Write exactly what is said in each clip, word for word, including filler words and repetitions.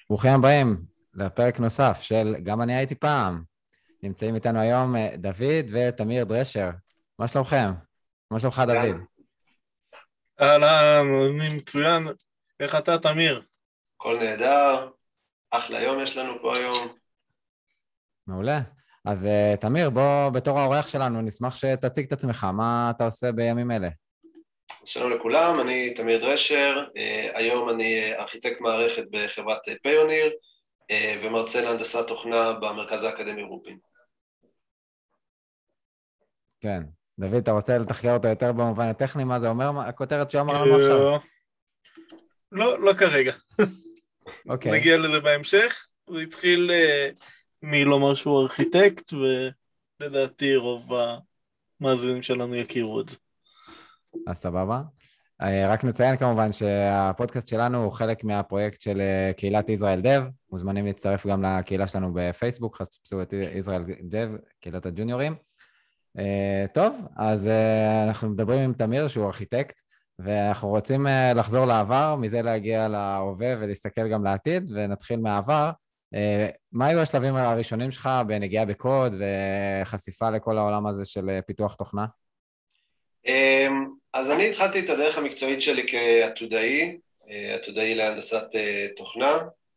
ברוכים הבאים לפרק נוסף של גם אני הייתי פעם. נמצאים איתנו היום דוד ותמיר דרשר. מה שלומכם? מה שלומך דוד? אהלן, אני מצוין. איך אתה תמיר? הכל נהדר, אחלה יום יש לנו פה היום. מעולה. אז תמיר, בוא בתור האורח שלנו נשמח שתציג את עצמך, מה אתה עושה בימים אלה? שלום לכולם, אני תמיר דרשר, היום אני ארכיטקט מערכת בחברת פיוניר ומרצה להנדסת תוכנה במרכז האקדמי רופין. כן, דוד, אתה רוצה לתחקר אותו יותר במובן הטכני, מה זה אומר, הכותרת שאומר לנו עכשיו? לא, לא כרגע. אוקיי. נגיע לזה בהמשך. הוא התחיל מלומר שהוא ארכיטקט, ולדעתי רוב המאזינים שלנו יכירו את זה. אז סבבה. רק נציין כמובן שהפודקאסט שלנו הוא חלק מהפרויקט של קהילת ישראל דב, מוזמנים להצטרף גם לקהילה שלנו בפייסבוק, חפשו את ישראל דב, קהילת הג'וניורים. טוב, אז אנחנו מדברים עם תמיר שהוא ארכיטקט, ואנחנו רוצים לחזור לעבר, מזה להגיע להווה ולהסתכל גם לעתיד, ונתחיל מהעבר. מה היו השלבים הראשונים שלך בנגיעה בקוד וחשיפה לכל העולם הזה של פיתוח תוכנה? אז אני התחלתי את הדרך המקצועית שלי כעתודאי, עתודאי להנדסת תוכנה.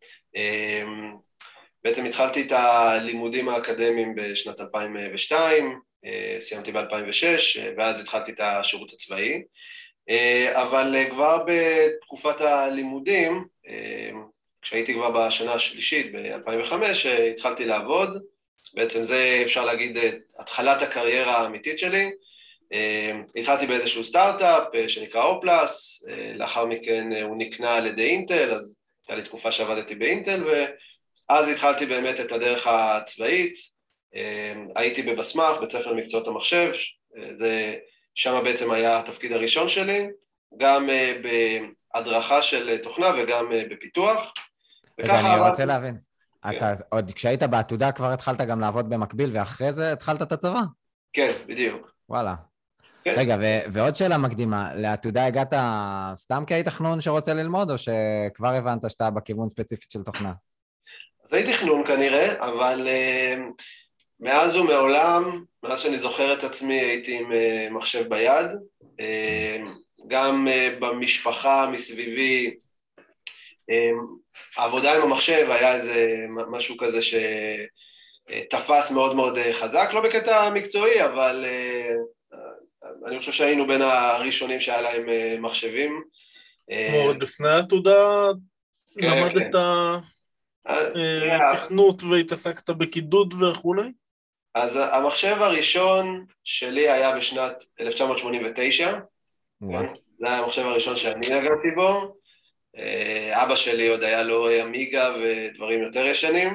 בעצם התחלתי את הלימודים האקדמיים בשנת אלפיים ושתיים, סיימתי ב-אלפיים ושש, ואז התחלתי את השירות הצבאי. אבל כבר בתקופת הלימודים, כשהייתי כבר בשנה השלישית, ב-אלפיים וחמש, התחלתי לעבוד. בעצם זה אפשר להגיד התחלת הקריירה האמיתית שלי. התחלתי באיזשהו סטארט-אפ שנקרא אופלס, לאחר מכן הוא נקנה על ידי אינטל, אז הייתה לי תקופה שעבדתי באינטל, ואז התחלתי באמת את הדרך הצבאית. הייתי בבסמך, בית ספר למקצועות המחשב, זה, שם בעצם היה התפקיד הראשון שלי, גם בהדרכה של תוכנה וגם בפיתוח. רגע, אני רוצה להבין, אתה עוד כשהיית בעתודה כבר התחלת גם לעבוד במקביל, ואחרי זה התחלת את הצבא? כן, בדיוק. וואלה. רגע, ועוד שאלה מקדימה, לעתודה הגעת סתם כי היית חנון שרוצה ללמוד, או שכבר הבנת שאתה בכיוון ספציפית של תוכנה? אז הייתי חנון כנראה, אבל מאז ומעולם, מאז שאני זוכר את עצמי, הייתי עם מחשב ביד. גם במשפחה מסביבי, העבודה עם המחשב היה איזה משהו כזה שתפס מאוד מאוד חזק, לא בקטע מקצועי, אבל אני חושב שהיינו בין הראשונים שהיה להם מחשבים. עוד לפני העתודה למדת תכנות והתעסקת בקידוד וכו'? אז המחשב הראשון שלי היה בשנת אלף תשע מאות שמונים ותשע, זה היה המחשב הראשון שאני נגעתי בו. אבא שלי עוד היה לו אמיגה ודברים יותר ישנים,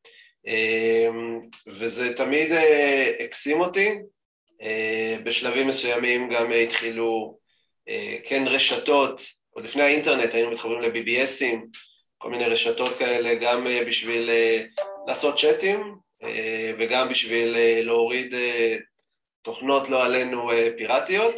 וזה תמיד הקסים אותי. בשלבים מסוימים גם התחילו, כן, רשתות, עוד לפני האינטרנט היינו מתחברים ל-בי בי אסים, כל מיני רשתות כאלה, גם בשביל לעשות צ'אטים, וגם בשביל להוריד תוכנות לא עלינו פיראטיות,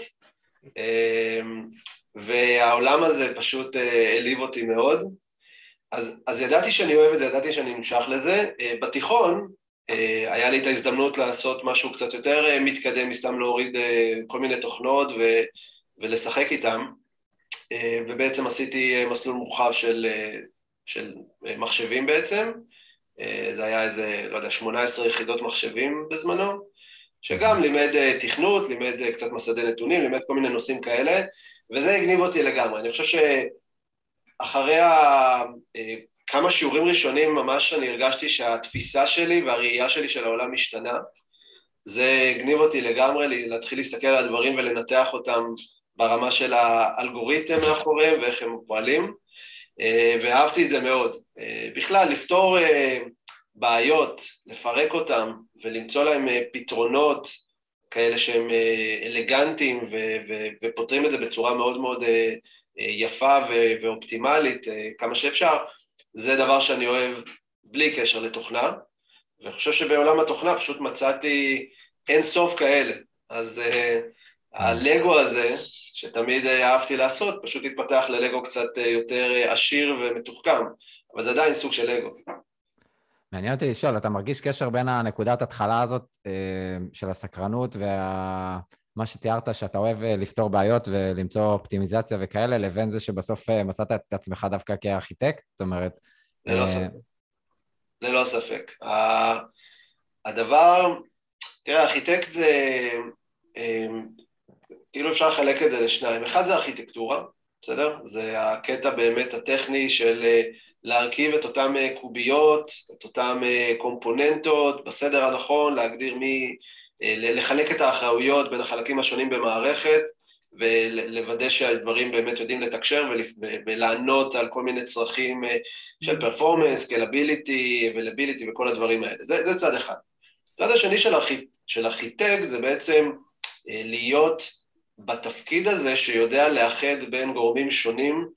והעולם הזה פשוט העליב אותי מאוד, אז, אז ידעתי שאני אוהב את זה, ידעתי שאני נמשך לזה. בתיכון היה לי את ההזדמנות לעשות משהו קצת יותר מתקדם, מסתם להוריד כל מיני תוכנות ו, ולשחק איתם, ובעצם עשיתי מסלול מורחב של, של מחשבים בעצם, זה היה איזה, לא יודע, שמונה עשרה יחידות מחשבים בזמנו, שגם לימד תכנות, לימד קצת מסדי נתונים, לימד כל מיני נושאים כאלה, וזה הגניב אותי לגמרי. אני חושב שאחרי ה... כמה שיעורים ראשונים ממש אני הרגשתי שהתפיסה שלי והראייה שלי של העולם משתנה, זה הגניב אותי לגמרי להתחיל להסתכל על הדברים ולנתח אותם ברמה של האלגוריתם מאחוריהם ואיך הם פועלים, ואהבתי את זה מאוד. בכלל, לפתור בעיות, לפרק אותם ולמצוא להם פתרונות כאלה שהם אלגנטיים ופותרים את זה בצורה מאוד מאוד יפה ואופטימלית, כמה שאפשר, זה דבר שאני אוהב בלי קשר לתוכנה, ואני חושב שבעולם התוכנה פשוט מצאתי אין סוף כאלה. אז הלגו הזה, שתמיד אהבתי לעשות, פשוט התפתח ללגו קצת יותר עשיר ומתוחכם. אבל זה עדיין סוג של אגו. מעניין אותי לשאול, אתה מרגיש קשר בין הנקודת התחלה הזאת של הסקרנות ומה שתיארת שאתה אוהב לפתור בעיות ולמצוא אופטימיזציה וכאלה, לבין זה שבסוף מצאת את עצמך דווקא כארכיטקט? זאת אומרת... ללא ספק. ללא ספק. הדבר, תראה, ארכיטקט זה, כאילו אפשר לחלק את זה לשניים. אחד זה ארכיטקטורה, בסדר? זה הקטע באמת הטכני של להרכיב את אותם קוביות, את אותם קומפוננטות, בסדר הנכון, להגדיר מי, לחלק את האחראויות בין החלקים השונים במערכת, ולוודא שהדברים באמת יודעים לתקשר ולענות על כל מיני צרכים של פרפורמנס, סקלביליטי, אבילביליטי וכל הדברים האלה. זה, זה צד אחד. צד השני של, ארכיט, של ארכיטקט זה בעצם להיות בתפקיד הזה שיודע לאחד בין גורמים שונים,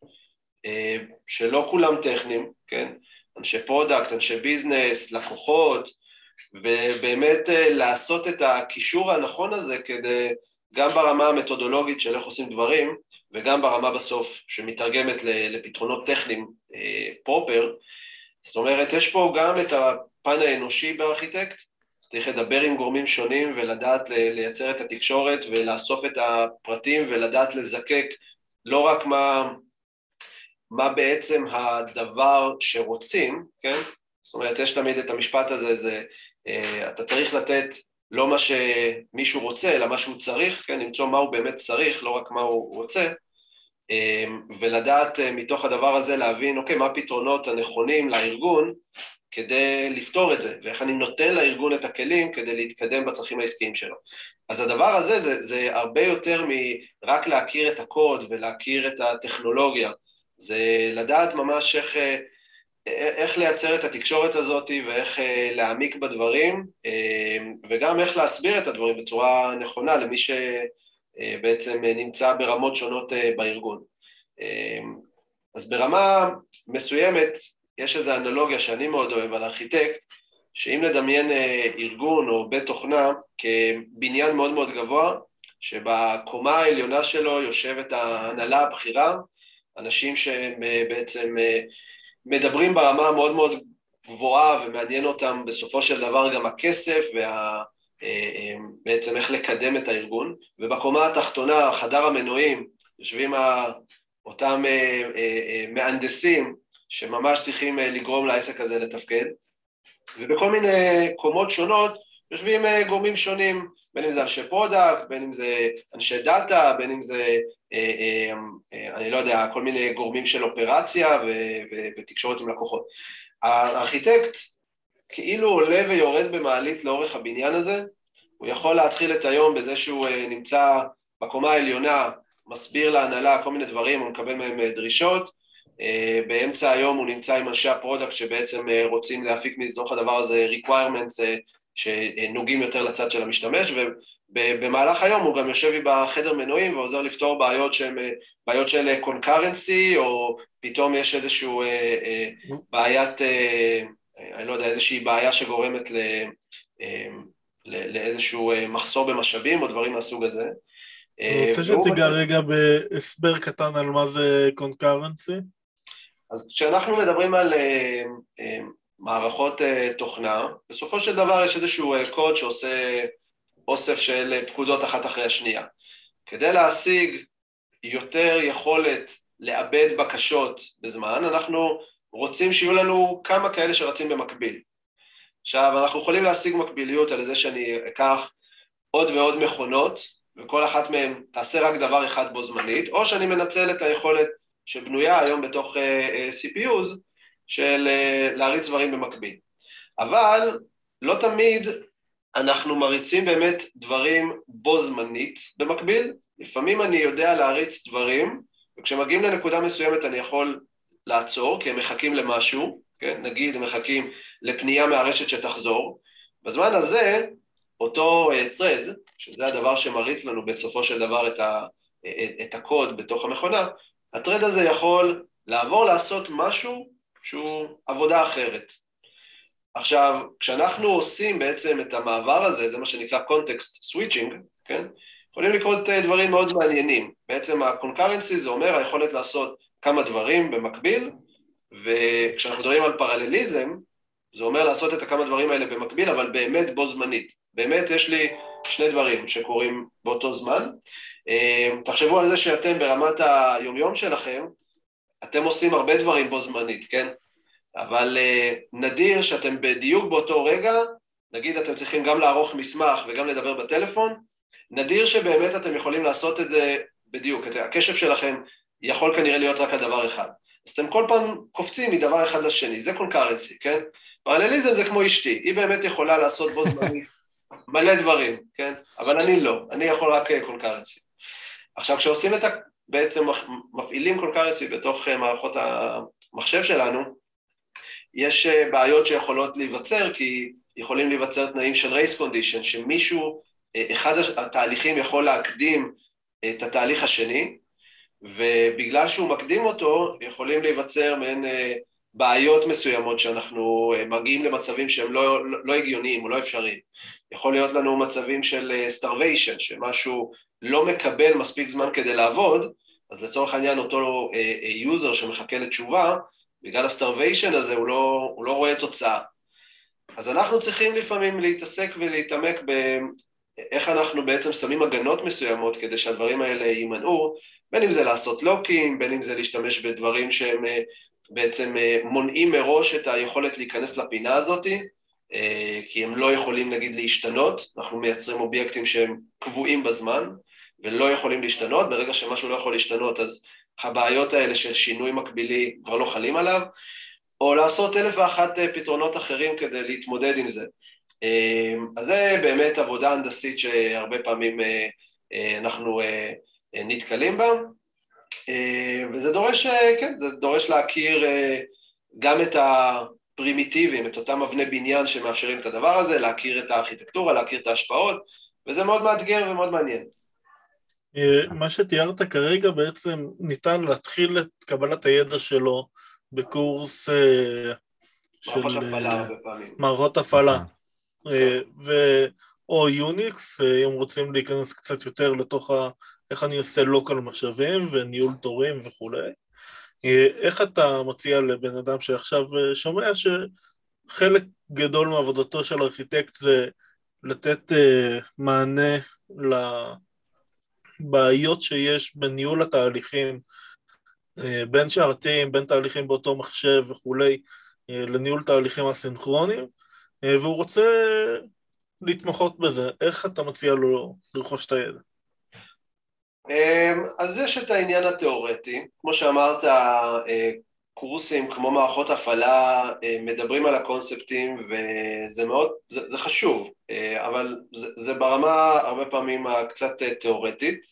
שלא כולם טכניים, כן? אנשי פרודקט, אנשי ביזנס, לקוחות, ובאמת לעשות את הקישור הנכון הזה כדי, גם ברמה המתודולוגית של איך עושים דברים, וגם ברמה בסוף שמתרגמת לפתרונות טכניים פרופר. זאת אומרת, יש פה גם את הפן האנושי בארכיטקט, צריך לדבר עם גורמים שונים ולדעת לייצר את התקשורת ולאסוף את הפרטים ולדעת לזקק לא רק מה, מה בעצם הדבר שרוצים, כן? זאת אומרת, יש תמיד את המשפט הזה, זה, אתה צריך לתת לא מה שמישהו רוצה, אלא מה שהוא צריך, כן? למצוא מה הוא באמת צריך, לא רק מה הוא רוצה, ולדעת מתוך הדבר הזה להבין, אוקיי, מה הפתרונות הנכונים לארגון, כדי לפתור את זה, ואיך אני נותן לארגון את הכלים כדי להתקדם בצרכים העסקיים שלו. אז הדבר הזה זה, זה הרבה יותר מרק להכיר את הקוד ולהכיר את הטכנולוגיה, זה לדעת ממש איך, איך לייצר את התקשורת הזאת ואיך להעמיק בדברים, וגם איך להסביר את הדברים בצורה נכונה למי שבעצם נמצא ברמות שונות בארגון. אז ברמה מסוימת, יש איזו אנלוגיה שאני מאוד אוהב על ארכיטקט, שאם נדמיין ארגון או בית תוכנה כבניין מאוד מאוד גבוה, שבקומה העליונה שלו יושבת ההנהלה הבכירה, אנשים שבעצם מדברים ברמה מאוד מאוד גבוהה ומעניין אותם בסופו של דבר גם הכסף ובעצם איך לקדם את הארגון, ובקומה התחתונה, חדר המנועים, יושבים אותם מהנדסים, שממש צריכים לגרום לעסק הזה לתפקד, ובכל מיני קומות שונות יושבים גורמים שונים, בין אם זה אנשי פרודקט, בין אם זה אנשי דאטה, בין אם זה, אני לא יודע, כל מיני גורמים של אופרציה ותקשורת עם לקוחות. הארכיטקט כאילו עולה ויורד במעלית לאורך הבניין הזה, הוא יכול להתחיל את היום בזה שהוא נמצא בקומה העליונה, מסביר להנהלה כל מיני דברים, הוא מקבל מהם דרישות, באמצע היום הוא נמצא עם אנשי הפרודקט שבעצם רוצים להפיק מתוך הדבר הזה requirements שנוגעים יותר לצד של המשתמש, ובמהלך היום הוא גם יושב בחדר מנועים ועוזר לפתור בעיות שהן בעיות של concurrency, או פתאום יש איזשהו בעיית, אני לא יודע, איזושהי בעיה שגורמת לאיזשהו מחסור במשאבים או דברים מהסוג הזה. אני רוצה שתיגע רגע בהסבר קטן על מה זה concurrency. אז כשאנחנו מדברים על uh, uh, מערכות uh, תוכנה, בסופו של דבר יש איזשהו uh, קוד שעושה אוסף של פקודות אחת אחרי השנייה. כדי להשיג יותר יכולת לאבד בקשות בזמן, אנחנו רוצים שיהיו לנו כמה כאלה שרצים במקביל. עכשיו, אנחנו יכולים להשיג מקביליות על זה שאני אקח עוד ועוד מכונות, וכל אחת מהן תעשה רק דבר אחד בו זמנית, או שאני מנצל את היכולת שבנויה היום בתוך סי פי יו'ז, של להריץ דברים במקביל. אבל לא תמיד אנחנו מריצים באמת דברים בו זמנית במקביל, לפעמים אני יודע להריץ דברים, וכשמגיעים לנקודה מסוימת אני יכול לעצור, כי הם מחכים למשהו, כן? נגיד הם מחכים לפנייה מהרשת שתחזור, בזמן הזה אותו thread, שזה הדבר שמריץ לנו בסופו של דבר את, ה, את הקוד בתוך המכונה, הטרד הזה יכול לעבור לעשות משהו שהוא עבודה אחרת. עכשיו, כשאנחנו עושים בעצם את המעבר הזה, זה מה שנקרא context switching, כן? יכולים לקרות דברים מאוד מעניינים. בעצם ה-concurrency זה אומר היכולת לעשות כמה דברים במקביל, וכשאנחנו מדברים על פרלליזם, זה אומר לעשות את הכמה דברים האלה במקביל, אבל באמת בו זמנית. באמת יש לי שני דברים שקורים באותו זמן. תחשבו על זה שאתם ברמת היומיום שלכם, אתם עושים הרבה דברים בו זמנית, כן? אבל נדיר שאתם בדיוק באותו רגע, נגיד אתם צריכים גם לערוך מסמך וגם לדבר בטלפון, נדיר שבאמת אתם יכולים לעשות את זה בדיוק. הקשב שלכם יכול כנראה להיות רק הדבר אחד. אז אתם כל פעם קופצים מדבר אחד לשני, זה קונקרנסי, כן? פרלליזם זה כמו אשתי, היא באמת יכולה לעשות בו זמנית מלא דברים, כן? אבל אני לא, אני יכול רק קונקרנסי. עכשיו, כשעושים את ה... בעצם מפעילים קונקרנסי בתוך מערכות המחשב שלנו, יש בעיות שיכולות להיווצר, כי יכולים להיווצר תנאים של רייס קונדישן, שמישהו, אחד התהליכים יכול להקדים את התהליך השני, ובגלל שהוא מקדים אותו, יכולים להיווצר מעין בעיות מסוימות שאנחנו מגיעים למצבים שהם לא, לא הגיוניים או לא אפשריים. יכול להיות לנו מצבים של starvation, שמשהו לא מקבל מספיק זמן כדי לעבוד, אז לצורך העניין אותו יוזר שמחכה לתשובה, בגלל הסטרוויישן הזה הוא לא, הוא לא רואה תוצאה. אז אנחנו צריכים לפעמים להתעסק ולהתעמק באיך אנחנו בעצם שמים הגנות מסוימות כדי שהדברים האלה יימנעו, בין אם זה לעשות לוקים, בין אם זה להשתמש בדברים שהם בעצם מונעים מראש את היכולת להיכנס לפינה הזאת, כי הם לא יכולים נגיד להשתנות, אנחנו מייצרים אובייקטים שהם קבועים בזמן, ולא יכולים להשתנות, ברגע שמשהו לא יכול להשתנות, אז הבעיות האלה של שינוי מקבילי כבר לא חלים עליו, או לעשות אלף ואחת פתרונות אחרים כדי להתמודד עם זה. אז זה באמת עבודה הנדסית שהרבה פעמים אנחנו נתקלים בה, וזה דורש, כן, זה דורש להכיר גם את הפרימיטיבים, את אותם אבני בניין שמאפשרים את הדבר הזה, להכיר את הארכיטקטורה, להכיר את ההשפעות, וזה מאוד מאתגר ומאוד מעניין. מה שתיארת כרגע בעצם ניתן להתחיל את קבלת הידע שלו בקורס מערכות הפעלה הרבה פעמים. מערכות הפעלה, או יוניקס, אם רוצים להיכנס קצת יותר לתוך איך אני עושה לוקל משאבים וניהול תורים וכו'. איך אתה מציע לבן אדם שעכשיו שומע שחלק גדול מעבודתו של ארכיטקט זה לתת מענה לבעיות שיש בניהול התהליכים, בין שרתים, בין תהליכים באותו מחשב וכו', לניהול תהליכים הסינכרונים, והוא רוצה להתמחות בזה. איך אתה מציע לו לרכוש את הידע? אז יש את העניין התיאורטי, כמו שאמרת, קורסים כמו מערכות הפעלה מדברים על הקונספטים וזה מאוד, זה, זה חשוב, אבל זה, זה ברמה הרבה פעמים קצת תיאורטית.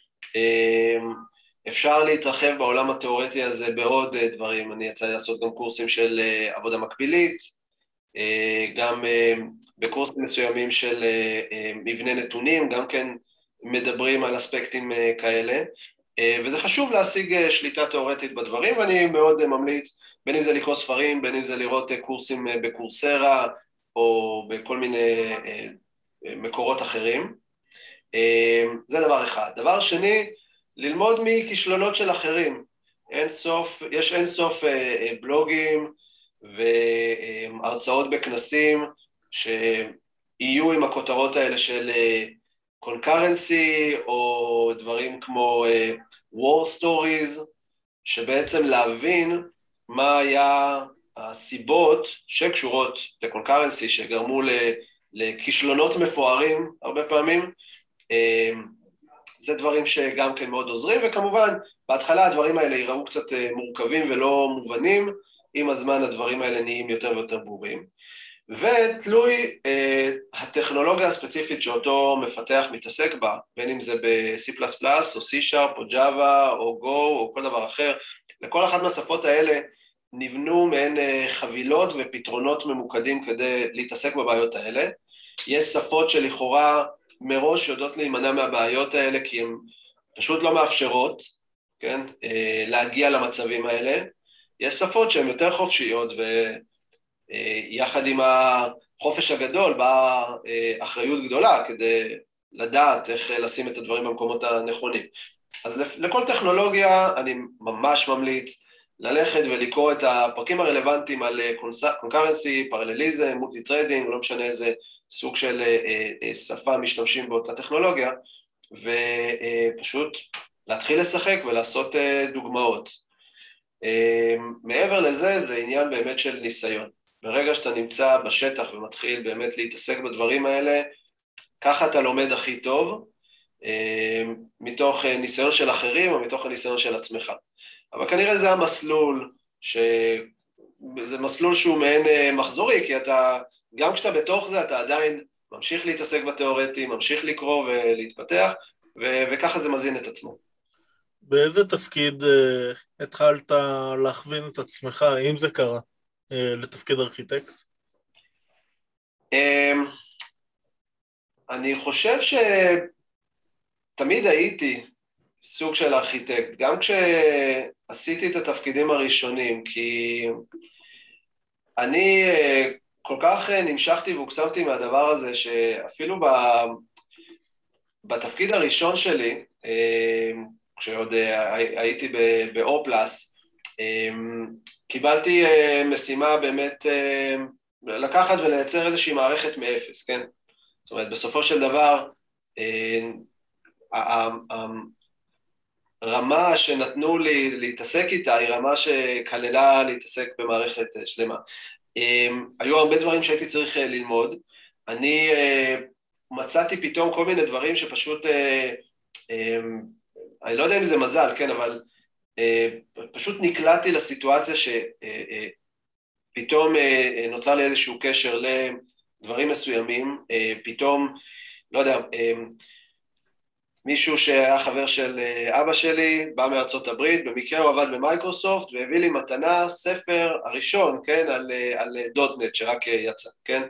אפשר להתרחב בעולם התיאורטי הזה בעוד דברים, אני יצא לעשות גם קורסים של עבודה מקבילית, גם בקורסים מסוימים של מבנה נתונים, גם כן מדברים על אספקטים כאלה, וזה חשוב להשיג שליטה תיאורטית בדברים, ואני מאוד ממליץ, בין אם זה לקרוא ספרים, בין אם זה לראות קורסים בקורסרה, או בכל מיני מקורות אחרים. זה דבר אחד. דבר שני, ללמוד מכישלונות של אחרים. אין סוף, יש אין סוף בלוגים והרצאות בכנסים, שיהיו עם הכותרות האלה של קונקרנסי, או דברים כמו war stories, שבעצם להבין מה היה הסיבות שקשורות לקונקרנסי, שגרמו לכישלונות מפוארים הרבה פעמים. זה דברים שגם כן מאוד עוזרים, וכמובן בהתחלה הדברים האלה ייראו קצת מורכבים ולא מובנים, עם הזמן הדברים האלה נהיים יותר ויותר ברורים. ותלוי אה, הטכנולוגיה הספציפית שאותו מפתח מתעסק בה, בין אם זה ב-C פלס פלס או C-Sharp או Java או Go או כל דבר אחר, לכל אחת מהשפות האלה נבנו מעין אה, חבילות ופתרונות ממוקדים כדי להתעסק בבעיות האלה. יש שפות שלכאורה מראש יודעות להימנע מהבעיות האלה, כי הן פשוט לא מאפשרות, כן, אה, להגיע למצבים האלה. יש שפות שהן יותר חופשיות ו... יחד עם החופש הגדול באה אחריות גדולה כדי לדעת איך לשים את הדברים במקומות הנכונים. אז לכל טכנולוגיה אני ממש ממליץ ללכת ולקרוא את הפרקים הרלוונטיים על קונקרנסי, פרלליזם, מולטי טריידינג, לא משנה איזה סוג של שפה משתמשים באותה טכנולוגיה, ופשוט להתחיל לשחק ולעשות דוגמאות. מעבר לזה, זה עניין באמת של ניסיון. ברגע שאתה נמצא בשטח ומתחיל באמת להתעסק בדברים האלה, ככה אתה לומד הכי טוב, מתוך ניסיון של אחרים או מתוך הניסיון של עצמך. אבל כנראה זה המסלול, ש... זה מסלול שהוא מעין מחזורי, כי אתה, גם כשאתה בתוך זה, אתה עדיין ממשיך להתעסק בתיאורטי, ממשיך לקרוא ולהתפתח, ו... וככה זה מזין את עצמו. באיזה תפקיד uh, התחלת להכווין את עצמך, אם זה קרה, uh, לתפקיד ארכיטקט? Um, אני חושב שתמיד הייתי סוג של ארכיטקט, גם כשעשיתי את התפקידים הראשונים, כי אני כל כך נמשכתי והוקסמתי מהדבר הזה, שאפילו בתפקיד הראשון שלי, כשעוד הייתי באופלס, קיבלתי משימה באמת לקחת ולייצר איזושהי מערכת מאפס, כן? זאת אומרת, בסופו של דבר, הרמה שנתנו לי להתעסק איתה, היא רמה שכללה להתעסק במערכת שלמה. היו הרבה דברים שהייתי צריך ללמוד. אני מצאתי פתאום כל מיני דברים שפשוט, אני לא יודע אם זה מזל, כן, אבל פשוט נקלעתי לסיטואציה שפתאום נוצר לי איזשהו קשר לדברים מסוימים, פתאום, לא יודע, מישהו שהיה חבר של אבא שלי, בא מארצות הברית, במקרה הוא עבד במייקרוסופט, והביא לי מתנה, ספר הראשון, כן, על, על דוט-נט שרק יצא, כן?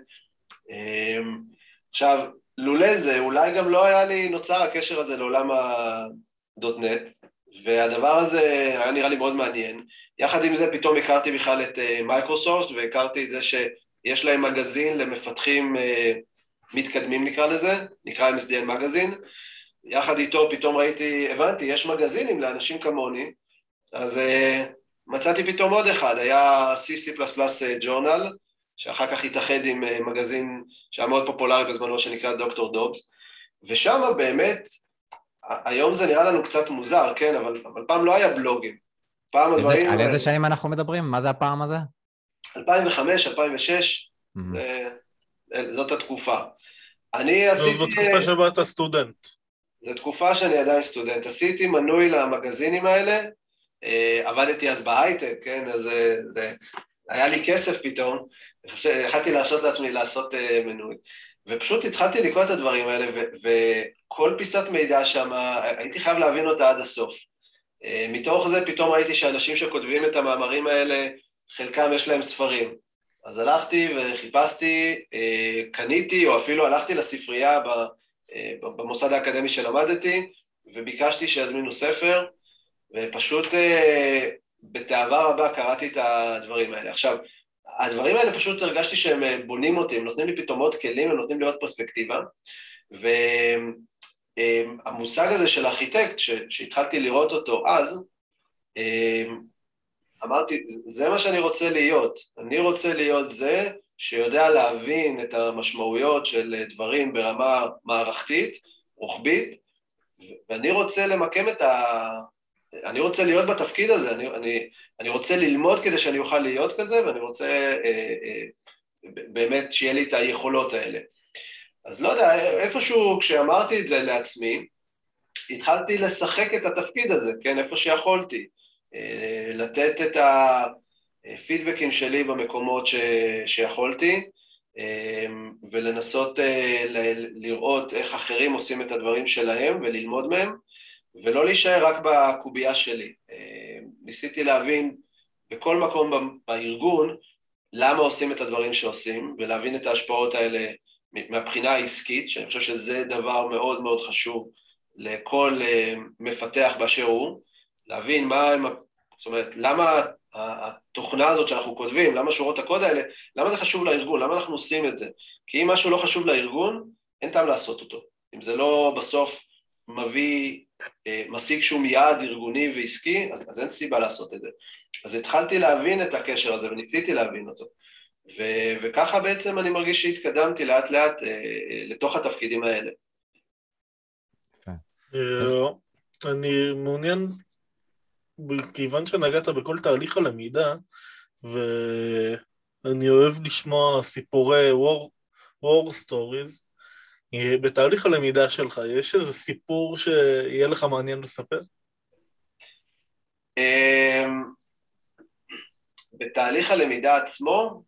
עכשיו, לולא זה, אולי גם לא היה לי נוצר הקשר הזה לעולם הדוט-נט, והדבר הזה היה נראה לי מאוד מעניין. יחד עם זה פתאום הכרתי בכלל את מייקרוסופט, והכרתי את זה שיש להם מגזין למפתחים מתקדמים נקרא לזה, נקרא אם אס די אן מגזין, יחד איתו פתאום ראיתי, הבנתי, יש מגזינים לאנשים כמוני, אז uh, מצאתי פתאום עוד אחד, היה C C++ Journal, שאחר כך התאחד עם uh, מגזין שהיה מאוד פופולרי בזמנו שנקרא דוקטור דובס, ושם באמת, היום זה נראה לנו קצת מוזר, כן, אבל, אבל פעם לא היה בלוגים. פעם איזה, הדברים... על איזה שנים אנחנו מדברים? מה זה הפעם הזה? אלפיים וחמש, אלפיים ושש, mm-hmm. זה, זאת התקופה. אני עשיתי... זאת תקופה שבה אתה סטודנט. זו תקופה שאני עדיין סטודנט, עשיתי מנוי למגזינים האלה, עבדתי אז בהייטק, כן, אז זה, היה לי כסף פתאום, יכלתי להרשות לעצמי לעשות מנוי, ופשוט התחלתי לקרוא את הדברים האלה, ו- וכל פיסת מידע שם, הייתי חייב להבין אותה עד הסוף. מתוך זה פתאום ראיתי שאנשים שכותבים את המאמרים האלה, חלקם יש להם ספרים. אז הלכתי וחיפשתי, קניתי, או אפילו הלכתי לספרייה ב... במוסד האקדמי שלמדתי, וביקשתי שיזמינו ספר, ופשוט בתאווה רבה קראתי את הדברים האלה. עכשיו, הדברים האלה פשוט הרגשתי שהם בונים אותי, הם נותנים לי פתאום עוד כלים, הם נותנים לי עוד פרספקטיבה, והמושג הזה של ארכיטקט, שהתחלתי לראות אותו אז, אמרתי, זה מה שאני רוצה להיות, אני רוצה להיות זה, שיודע להבין את המשמעויות של דברים ברמה מערכתית, רוחבית, ואני רוצה למקם את ה... אני רוצה להיות בתפקיד הזה, אני, אני, אני רוצה ללמוד כדי שאני אוכל להיות כזה, ואני רוצה אה, אה, באמת שיהיה לי את היכולות האלה. אז לא יודע, איפשהו כשאמרתי את זה לעצמי, התחלתי לשחק את התפקיד הזה, כן, איפה שיכולתי, אה, לתת את ה... פידבקים שלי במקומות ש... שיכולתי, ולנסות ל... לראות איך אחרים עושים את הדברים שלהם וללמוד מהם, ולא להישאר רק בקובייה שלי. ניסיתי להבין בכל מקום בארגון למה עושים את הדברים שעושים, ולהבין את ההשפעות האלה מהבחינה העסקית, שאני חושב שזה דבר מאוד מאוד חשוב לכל מפתח באשר הוא, להבין מה הם... זאת אומרת, למה התוכנה הזאת שאנחנו כותבים, למה שורות הקוד האלה, למה זה חשוב לארגון, למה אנחנו עושים את זה? כי אם משהו לא חשוב לארגון, אין טעם לעשות אותו. אם זה לא בסוף מביא משיג שום יעד ארגוני ועסקי, אז, אז אין סיבה לעשות את זה. אז התחלתי להבין את הקשר הזה וניסיתי להבין אותו. ו, וככה בעצם אני מרגיש שהתקדמתי לאט לאט אה, אה, לתוך התפקידים האלה. אני מעוניין, כיוון שנגעת בכל תהליך הלמידה, ואני אוהב לשמוע סיפורי war, war stories, בתהליך הלמידה שלך, יש איזה סיפור שיהיה לך מעניין לספר? בתהליך הלמידה עצמו,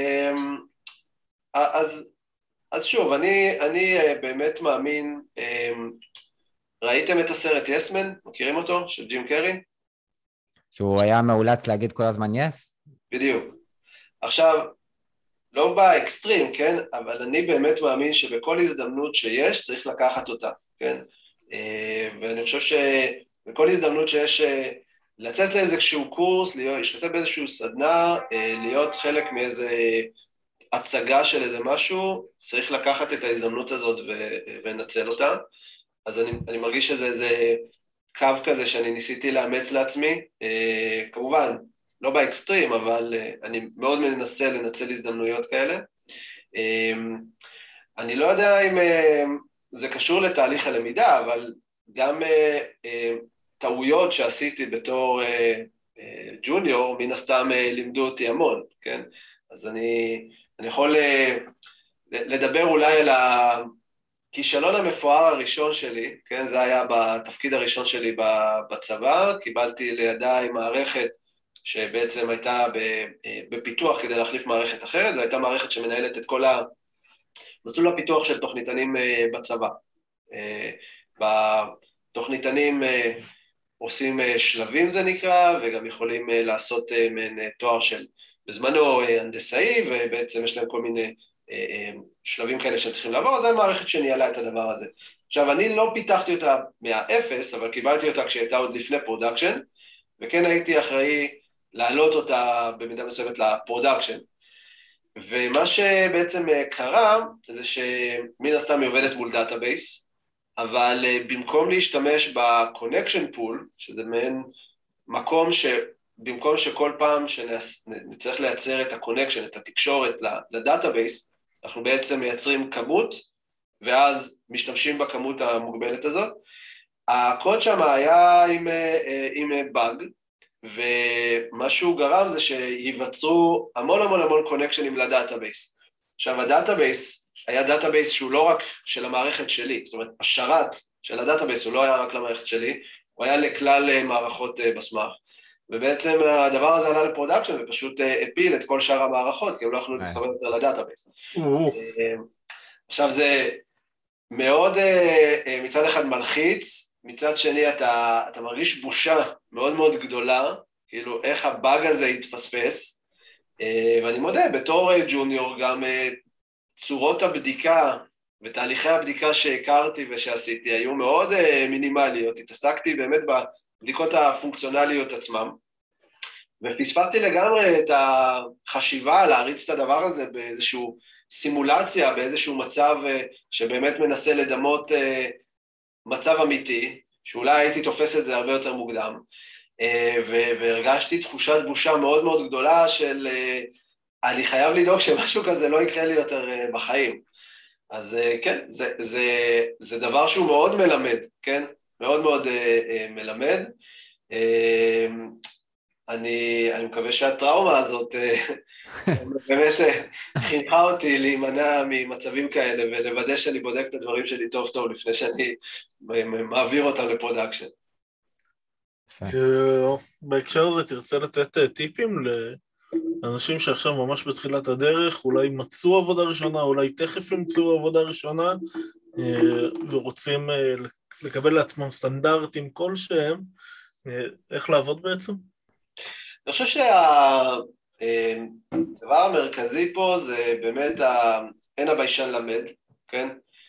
אז, אז שוב, אני, אני באמת מאמין, ראיתם את הסרט יסמן? מכירים אותו? של ג'ים קרי? שהוא היה מאולץ להגיד כל הזמן יס? בדיוק. עכשיו, לא באקסטרים, כן? אבל אני באמת מאמין שבכל הזדמנות שיש, צריך לקחת אותה, כן? ואני חושב שבכל הזדמנות שיש, לצאת לאיזשהו קורס, להשתתף באיזשהו סדנה, להיות חלק מאיזה הצגה של איזה משהו, צריך לקחת את ההזדמנות הזאת ונצל אותה. אז אני, אני מרגיש שזה איזה קו כזה שאני ניסיתי לאמץ לעצמי, כמובן, לא באקסטרים, אבל אני מאוד מנסה לנצל הזדמנויות כאלה. אני לא יודע אם זה קשור לתהליך הלמידה, אבל גם טעויות שעשיתי בתור ג'וניור, מן הסתם לימדו אותי המון, כן? אז אני, אני יכול לדבר אולי על הכישלון המפואר הראשון שלי, כן? זה היה בתפקיד הראשון שלי בצבא, קיבלתי לידיי מערכת שבעצם הייתה בפיתוח כדי להחליף מערכת אחרת, זו הייתה מערכת שמנהלת את כל המסלול הפיתוח של תוכניתנים בצבא. בתוכניתנים עושים שלבים זה נקרא, וגם יכולים לעשות מעין תואר של בזמנו הנדסאי, ובעצם יש להם כל מיני שלבים כאלה שהם צריכים לעבור, אז זו מערכת שניהלה את הדבר הזה. עכשיו, אני לא פיתחתי אותה מהאפס, אבל קיבלתי אותה כשהייתה עוד לפני פרודקשן, וכן הייתי אחראי להעלות אותה במידה מסוימת לפרודקשן. ומה שבעצם קרה, זה שמן הסתם היא עובדת מול דאטאבייס, אבל במקום להשתמש בקונקשן פול, שזה מעין מקום שבמקום שכל פעם שנצטרך לייצר את הקונקשן, את התקשורת לדאטאבייס, אנחנו בעצם מייצרים כמות, ואז משתמשים בכמות המוגבלת הזאת. הקוד שם היה עם, עם באג, ומה שהוא גרם זה שיווצרו המון המון המון קונקשנים לדאטאבייס. עכשיו, הדאטאבייס היה דאטאבייס שהוא לא רק של המערכת שלי, זאת אומרת, השרת של הדאטאבייס הוא לא היה רק למערכת שלי, הוא היה לכלל מערכות בסמך, ובעצם הדבר הזה עלה לפרודקשן ופשוט הפיל את כל שאר המערכות, כי הם לא יכולו להתחבר יותר לדאטאבייס. עכשיו, זה מאוד מצד אחד מלחיץ, מצד שני אתה, אתה מרגיש בושה מאוד מאוד גדולה, כאילו איך הבאג הזה התפספס, ואני מודה, בתור ג'וניור גם צורות הבדיקה ותהליכי הבדיקה שהכרתי ושעשיתי היו מאוד מינימליות, התעסקתי באמת בבדיקות הפונקציונליות עצמם, ופספסתי לגמרי את החשיבה להריץ את הדבר הזה באיזשהו סימולציה, באיזשהו מצב שבאמת מנסה לדמות מצב אמיתי, שאולי הייתי תופס את זה הרבה יותר מוקדם, והרגשתי תחושת בושה מאוד מאוד גדולה של אני חייב לדאוג שמשהו כזה לא יקרה לי יותר בחיים. אז כן, זה, זה, זה דבר שהוא מאוד מלמד, כן? מאוד מאוד מלמד. אני, אני מקווה שהטראומה הזאת באמת חינכה אותי להימנע ממצבים כאלה, ולוודא שאני בודק את הדברים שלי טוב טוב לפני שאני מעביר אותם לפרודקשן. בהקשר הזה תרצה לתת טיפים לאנשים שעכשיו ממש בתחילת הדרך, אולי מצאו עבודה ראשונה, אולי תכף ימצאו עבודה ראשונה, ורוצים לקבל לעצמם סטנדרטים כלשהם, איך לעבוד בעצם? אני חושב שהדבר המרכזי פה זה באמת אין הביישן למד, כן?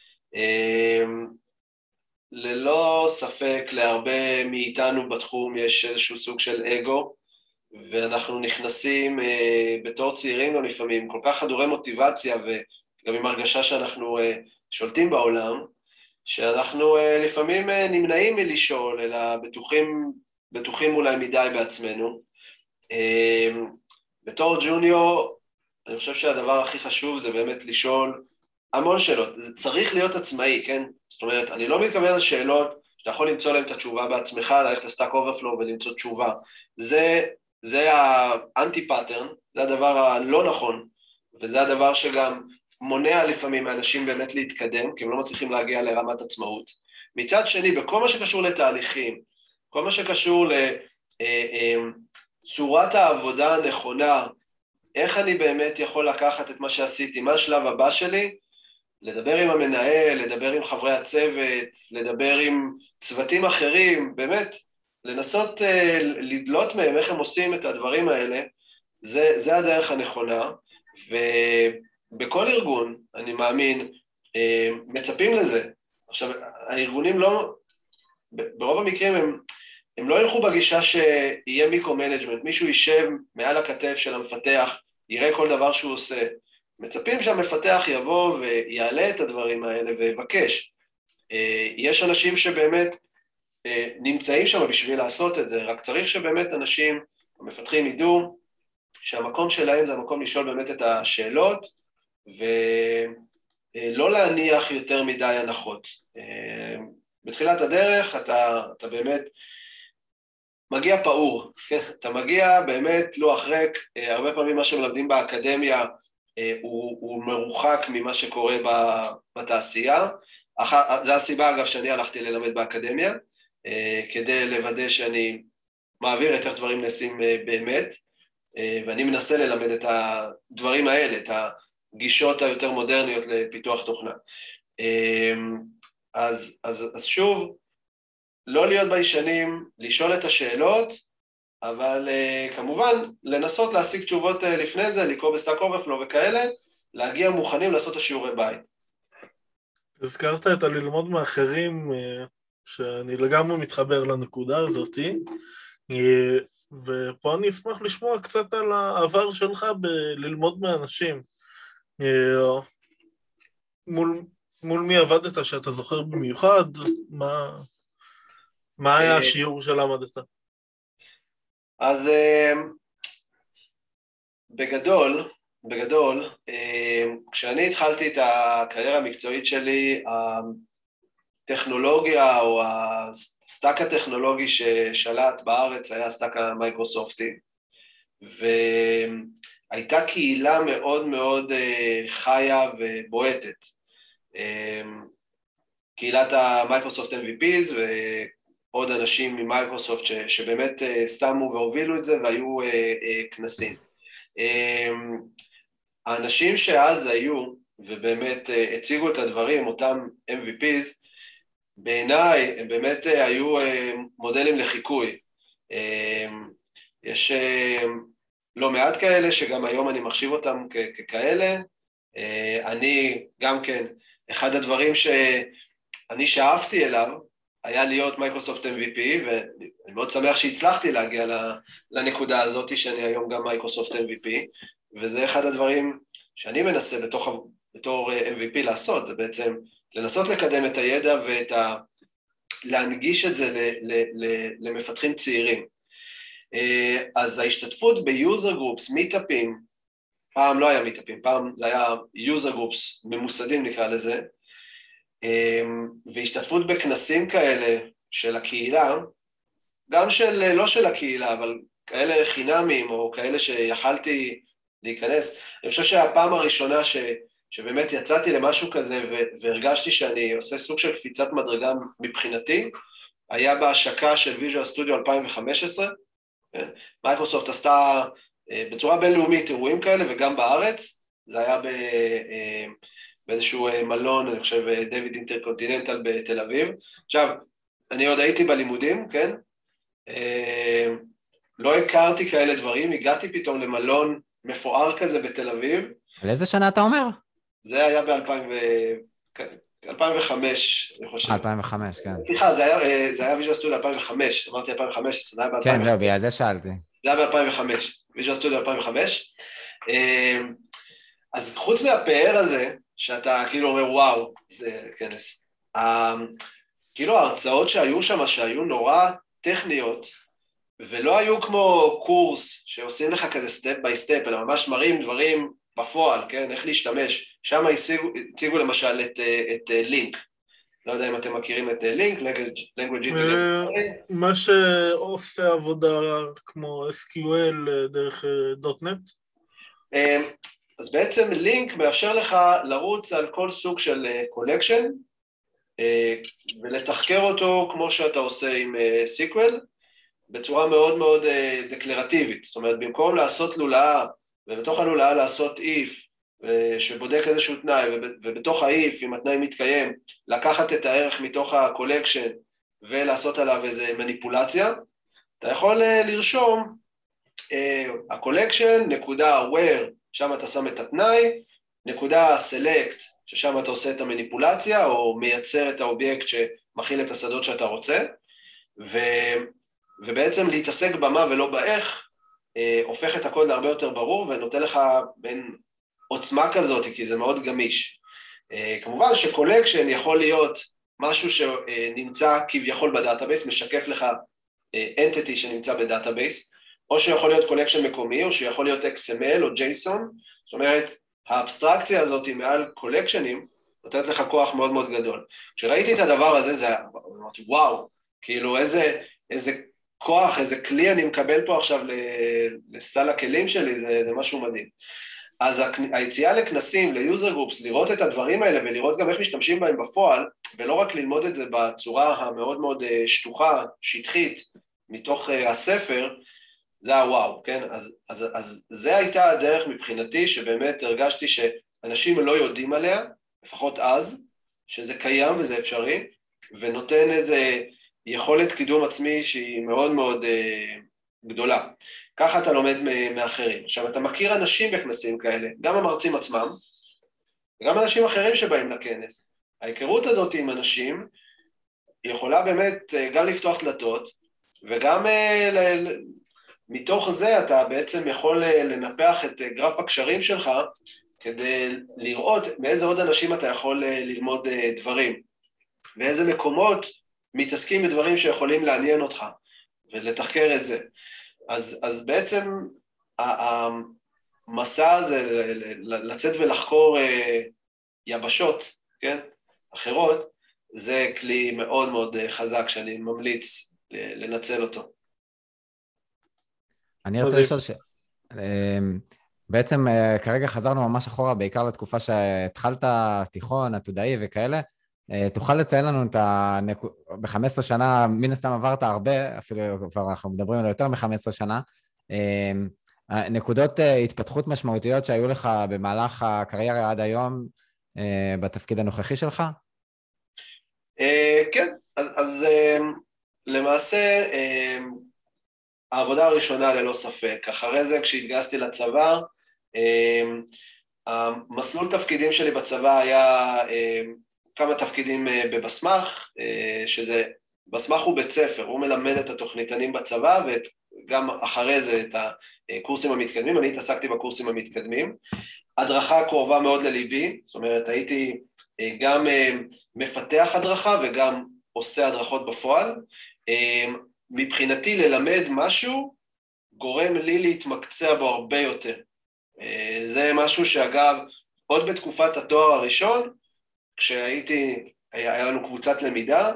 ללא ספק להרבה מאיתנו בתחום יש איזשהו סוג של אגו, ואנחנו נכנסים בתור צעירים גם לפעמים, כל כך חדורי מוטיבציה וגם עם הרגשה שאנחנו שולטים בעולם, שאנחנו לפעמים נמנעים מלשאול, אלא בטוחים, בטוחים אולי מדי בעצמנו. בתור ג'וניור, אני חושב שהדבר הכי חשוב זה באמת לשאול המון שאלות. זה צריך להיות עצמאי, כן? זאת אומרת, אני לא מתכוון לשאלות שאתה יכול למצוא להם את התשובה בעצמך, ללכת לסטאק אוברפלואו ולמצוא תשובה. זה, זה האנטי-פאטרן, זה הדבר הלא נכון, וזה הדבר שגם מונע לפעמים מאנשים באמת להתקדם, כי הם לא מצליחים להגיע לרמת עצמאות. מצד שני, בכל מה שקשור לתהליכים, כל מה שקשור לצורת העבודה הנכונה, איך אני באמת יכול לקחת את מה שעשיתי, מה השלב הבא שלי, לדבר עם המנהל, לדבר עם חברי הצוות, לדבר עם צוותים אחרים, באמת, לנסות uh, לדלות מהם איך הם עושים את הדברים האלה, זה, זה הדרך הנכונה, ובכל ארגון, אני מאמין, uh, מצפים לזה. עכשיו, הארגונים לא, ברוב המקרים הם, הם לא ילכו בגישה שיהיה מיקרו-מנג'מנט, מישהו יישב מעל הכתף של המפתח, יראה כל דבר שהוא עושה. מצפים שהמפתח יבוא ויעלה את הדברים האלה ויבקש. יש אנשים שבאמת נמצאים שם בשביל לעשות את זה, רק צריך שבאמת אנשים, המפתחים ידעו שהמקום שלהם זה המקום לשאול באמת את השאלות, ולא להניח יותר מדי הנחות. בתחילת הדרך אתה, אתה באמת מגיע פעור, אתה מגיע באמת לוח ריק, הרבה פעמים מה שמלמדים באקדמיה הוא, הוא מרוחק ממה שקורה בתעשייה, זו הסיבה אגב שאני הלכתי ללמד באקדמיה, כדי לוודא שאני מעביר את איך דברים נעשים באמת, ואני מנסה ללמד את הדברים האלה, את הגישות היותר מודרניות לפיתוח תוכנה. אז, אז, אז שוב, לא להיות ביישנים, לשאול את השאלות, אבל uh, כמובן לנסות להשיג תשובות uh, לפני זה, לקרוא בסטאק אוברפלואו וכאלה, להגיע מוכנים לעשות את השיעורי בית. הזכרת את הללמוד מאחרים, uh, שאני לגמרי מתחבר לנקודה הזאת, uh, ופה אני אשמח לשמוע קצת על העבר שלך בללמוד מאנשים. Uh, מול, מול מי עבדת שאתה זוכר במיוחד? מה, מה היה השיעור שלמדת? אז בגדול, בגדול, כשאני התחלתי את הקריירה המקצועית שלי, הטכנולוגיה או הסטאק הטכנולוגי ששלט בארץ היה הסטאק המייקרוסופטי, והייתה קהילה מאוד מאוד חיה ובועטת. קהילת המייקרוסופט אם וי פיז ו... עוד אנשים ממייקרוסופט ש, שבאמת uh, שמו והובילו את זה והיו uh, uh, כנסים. Um, האנשים שאז היו ובאמת uh, הציגו את הדברים, אותם אם וי פיז, בעיניי הם באמת uh, היו uh, מודלים לחיקוי. Um, יש uh, לא מעט כאלה שגם היום אני מחשיב אותם כ- ככאלה. Uh, אני גם כן, אחד הדברים שאני שאפתי אליו, היה להיות מייקרוסופט אם וי פי, ואני מאוד שמח שהצלחתי להגיע לנקודה הזאת, שאני היום גם מייקרוסופט אם וי פי, וזה אחד הדברים שאני מנסה בתוך, בתור אם וי פי לעשות, זה בעצם לנסות לקדם את הידע ואת ה... להנגיש את זה ל, ל, ל, למפתחים צעירים. אז ההשתתפות ביוזר גרופס, מיטאפים, פעם לא היה מיטאפים, פעם זה היה יוזר גרופס, ממוסדים נקרא לזה, והשתתפות בכנסים כאלה של הקהילה, גם של, לא של הקהילה, אבל כאלה חינמים או כאלה שיכלתי להיכנס. אני חושב שהפעם הראשונה ש, שבאמת יצאתי למשהו כזה והרגשתי שאני עושה סוג של קפיצת מדרגה מבחינתי, היה בהשקה של ויז'ואל סטודיו אלפיים וחמש עשרה, מייקרוסופט עשתה בצורה בינלאומית אירועים כאלה וגם בארץ, זה היה ב... באיזשהו מלון, אני חושב, דיוויד אינטרקונטיננטל בתל אביב. עכשיו, אני עוד הייתי בלימודים, כן? לא הכרתי כאלה דברים, הגעתי פתאום למלון מפואר כזה בתל אביב. על איזה שנה אתה אומר? זה היה ב-אלפיים וחמש, אני חושב. אלפיים וחמש, כן. סליחה, זה היה ויז'ואל סטודיו אלפיים וחמש, אמרתי אלפיים וחמש, זה היה ב-אלפיים וחמש. כן, זהו, בגלל זה שאלתי. זה היה ב-אלפיים וחמש, ויז'ואל סטודיו אלפיים וחמש. אז חוץ מהפאר הזה, שאתה כאילו אומר, וואו, זה כנס, כאילו ההרצאות שהיו שם, שהיו נורא טכניות, ולא היו כמו קורס שעושים לך כזה סטפ ביי סטפ, אלא ממש מראים דברים בפועל, כן? איך להשתמש. שם הציגו למשל את, את לינק. לא יודע אם אתם מכירים את לינק, language integrated. מה שעושה עבודה כמו אס קיו אל דרך דוט נט? אז בעצם לינק מאפשר לך לרוץ על כל סוג של קולקשן, ולתחקר אותו כמו שאתה עושה עם סיקוול, בצורה מאוד מאוד דקלרטיבית. זאת אומרת, במקום לעשות לולאה, ובתוך הלולאה לעשות if, שבודק איזשהו תנאי, ובתוך ה-if, אם התנאי מתקיים, לקחת את הערך מתוך הקולקשן, ולעשות עליו איזו מניפולציה, אתה יכול לרשום, הקולקשן, נקודה where, שם אתה שם את התנאי, נקודה select, ששם אתה עושה את המניפולציה, או מייצר את האובייקט שמכיל את השדות שאתה רוצה, ו... ובעצם להתעסק במה ולא באיך, אה, הופך את הכל להרבה יותר ברור, ונותן לך בין עוצמה כזאת, כי זה מאוד גמיש. אה, כמובן שקולקשן יכול להיות משהו שנמצא כביכול בדאטאבייס, משקף לך entity שנמצא בדאטאבייס, או שיכול להיות קולקשן מקומי, או שיכול להיות אקס אם אל או ג'ייסון, זאת אומרת, האבסטרקציה הזאת מעל קולקשנים, נותנת לך כוח מאוד מאוד גדול. כשראיתי את הדבר הזה, זה אמרתי, וואו, כאילו איזה, איזה כוח, איזה כלי אני מקבל פה עכשיו לסל הכלים שלי, זה, זה משהו מדהים. אז היציאה לכנסים, ליוזר גרופס, לראות את הדברים האלה, ולראות גם איך משתמשים בהם בפועל, ולא רק ללמוד את זה בצורה המאוד מאוד שטוחה, שטחית, מתוך הספר, זה הוואו, כן? אז, אז, אז זה הייתה הדרך מבחינתי, שבאמת הרגשתי שאנשים לא יודעים עליה, לפחות אז, שזה קיים וזה אפשרי, ונותן איזה יכולת קידום עצמי שהיא מאוד מאוד אה, גדולה. ככה אתה לומד מאחרים. עכשיו, אתה מכיר אנשים בכנסים כאלה, גם המרצים עצמם, וגם אנשים אחרים שבאים לכנס. ההיכרות הזאת עם אנשים, היא יכולה באמת גם לפתוח דלתות, וגם אה, ל... מתוך זה אתה בעצם יכול לנפח את גרף הקשרים שלך, כדי לראות מאיזה עוד אנשים אתה יכול ללמוד דברים, ואיזה מקומות מתעסקים בדברים שיכולים לעניין אותך, ולתחקר את זה. אז, אז בעצם המסע הזה, לצאת ולחקור יבשות, כן? אחרות, זה כלי מאוד מאוד חזק שאני ממליץ לנצל אותו. אני רוצה לשאול ש... בעצם כרגע חזרנו ממש אחורה, בעיקר לתקופה שהתחלת תיכון, עתודאי וכאלה. תוכל לציין לנו את הנק... ב-חמש עשרה שנה, מן הסתם עברת הרבה, אפילו כבר אנחנו מדברים על יותר מ-חמש עשרה שנה, נקודות התפתחות משמעותיות שהיו לך במהלך הקריירה עד היום, בתפקיד הנוכחי שלך? כן, אז, אז למעשה, העבודה הראשונה ללא ספק, אחרי זה כשהתגייסתי לצבא, המסלול תפקידים שלי בצבא היה כמה תפקידים בבסמך, שזה, בסמך הוא בית ספר, הוא מלמד את התוכניתנים בצבא, וגם אחרי זה את הקורסים המתקדמים, אני התעסקתי בקורסים המתקדמים, הדרכה קרובה מאוד לליבי, זאת אומרת הייתי גם מפתח הדרכה וגם עושה הדרכות בפועל, מבחינתי ללמד משהו גורם לי להתמקצע בו הרבה יותר. זה משהו שאגב, עוד בתקופת התואר הראשון, כשהייתי, היה לנו קבוצת למידה,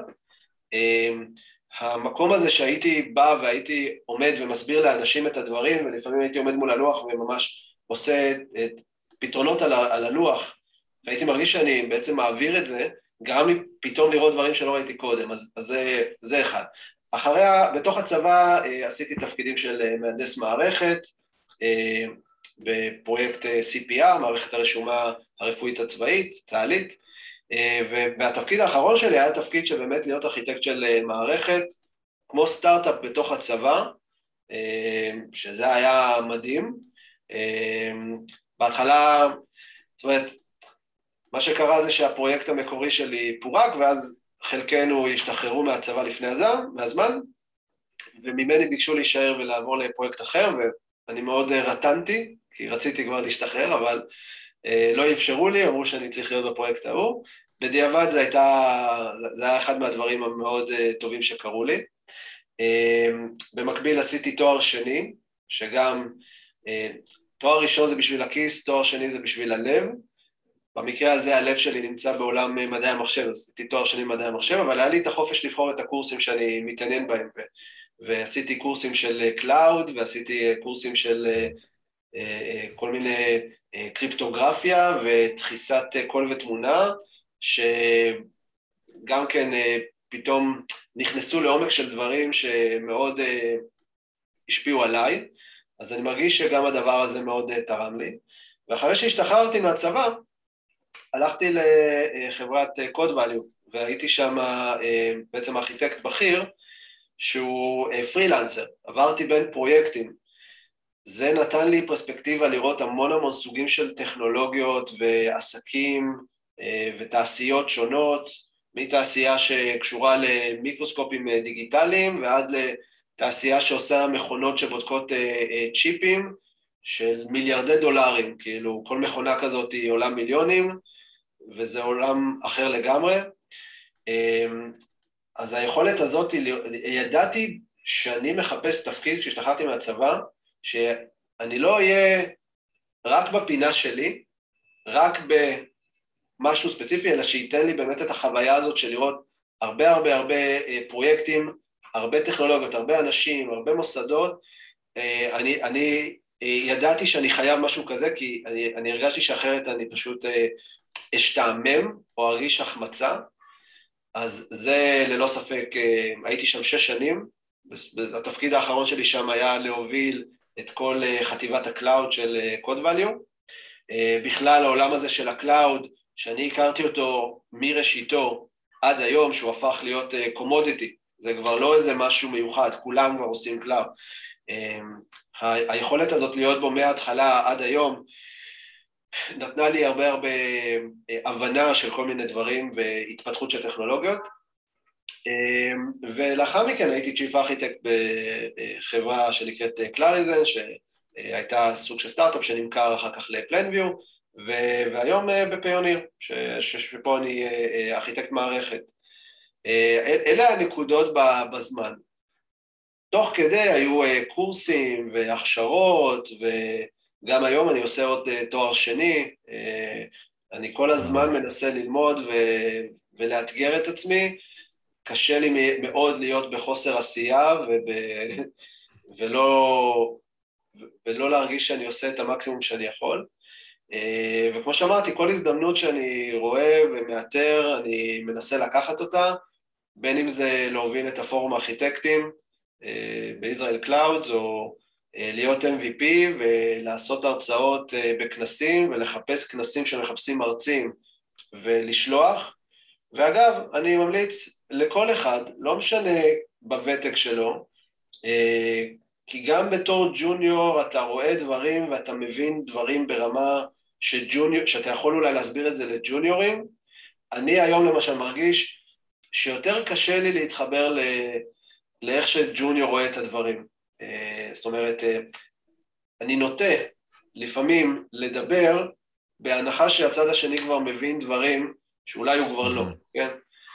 המקום הזה שהייתי בא והייתי עומד ומסביר לאנשים את הדברים, ולפעמים הייתי עומד מול הלוח וממש עושה את פתרונות על, על הלוח, והייתי מרגיש שאני בעצם מעביר את זה, גרם לי פתאום לראות דברים שלא ראיתי קודם, אז, אז זה, זה אחד. אחריה, בתוך הצבא עשיתי תפקידים של מהנדס מערכת, בפרויקט סי פי אר, מערכת הרשומה הרפואית הצבאית, צה"לית, והתפקיד האחרון שלי היה תפקיד שבאמת להיות ארכיטקט של מערכת, כמו סטארט-אפ בתוך הצבא, שזה היה מדהים. בהתחלה, זאת אומרת, מה שקרה זה שהפרויקט המקורי שלי פורק, ואז חלקנו השתחררו מהצבא לפני הזמן, וממני ביקשו להישאר ולעבור לפרויקט אחר, ואני מאוד רטנתי, כי רציתי כבר להשתחרר, אבל לא אפשרו לי, אמרו שאני צריך להיות בפרויקט ההוא, בדיעבד זה הייתה, זה היה אחד מהדברים המאוד טובים שקרו לי. במקביל עשיתי תואר שני, שגם תואר ראשון זה בשביל הכיס, תואר שני זה בשביל הלב. במקרה הזה הלב שלי נמצא בעולם מדעי המחשב, אז עשיתי תואר שני מדעי המחשב, אבל היה לי את החופש לבחור את הקורסים שאני מתעניין בהם, ו- ועשיתי קורסים של קלאוד, ועשיתי קורסים של כל מיני קריפטוגרפיה ודחיסת קול ותמונה, שגם כן פתאום נכנסו לעומק של דברים שמאוד השפיעו עליי, אז אני מרגיש שגם הדבר הזה מאוד תרם לי. ואחרי שהשתחררתי מהצבא, הלכתי לחברת Code Value, והייתי שם בעצם ארכיטקט בכיר, שהוא פרילנסר. עברתי בין פרויקטים. זה נתן לי פרספקטיבה לראות המון המון סוגים של טכנולוגיות ועסקים ותעשיות שונות, מתעשייה שקשורה למיקרוסקופים דיגיטליים, ועד לתעשייה שעושה מכונות שבודקות צ'יפים של מיליארדי דולרים, כאילו כל מכונה כזאת היא עולה מיליונים, וזה עולם אחר לגמרי. אז היכולת הזאת, ידעתי שאני מחפש תפקיד כשהשתחררתי מהצבא, שאני לא אהיה רק בפינה שלי, רק במשהו ספציפי, אלא שייתן לי באמת את החוויה הזאת של לראות הרבה הרבה הרבה פרויקטים, הרבה טכנולוגיות, הרבה אנשים, הרבה מוסדות. אני, אני ידעתי שאני חייב משהו כזה, כי אני, אני הרגשתי שאחרת אני פשוט אשתעמם או ארגיש החמצה, אז זה ללא ספק, הייתי שם שש שנים, התפקיד האחרון שלי שם היה להוביל את כל חטיבת הקלאוד של Code Value, בכלל העולם הזה של הקלאוד, שאני הכרתי אותו מראשיתו עד היום, שהוא הפך להיות קומודיטי, זה כבר לא איזה משהו מיוחד, כולם כבר עושים קלאוד, היכולת הזאת להיות בו מההתחלה עד היום, נתנה לי הרבה הרבה הבנה של כל מיני דברים והתפתחות של טכנולוגיות, ולאחר מכן הייתי צ'יפ ארכיטקט בחברה שנקראת קלאריזן, שהייתה סוג של סטארט-אפ שנמכר אחר כך לפלנביו, והיום בפיוניר, שפה אני ארכיטקט מערכת. אלה הנקודות בזמן. תוך כדי היו קורסים והכשרות, וגם היום אני עושה עוד תואר שני, אני כל הזמן מנסה ללמוד ולאתגר את עצמי, קשה לי מאוד להיות בחוסר עשייה, וב... ולא... ולא להרגיש שאני עושה את המקסימום שאני יכול. וכמו שאמרתי, כל הזדמנות שאני רואה ומאתר, אני מנסה לקחת אותה, בין אם זה להוביל את הפורום הארכיטקטים בישראל קלאוד, או להיות אם וי פי ולעשות הרצאות בכנסים, ולחפש כנסים שמחפשים מרצים ולשלוח. ואגב, אני ממליץ לכל אחד, לא משנה בוותק שלו, כי גם בתור ג'וניור אתה רואה דברים ואתה מבין דברים ברמה שג'וניור, שאתה יכול אולי להסביר את זה לג'וניורים. אני היום למשל מרגיש שיותר קשה לי להתחבר ל... לאיך שג'וניור רואה את הדברים. זאת אומרת, אני נוטה לפעמים לדבר בהנחה שהצד השני כבר מבין דברים שאולי הוא כבר לא, כן?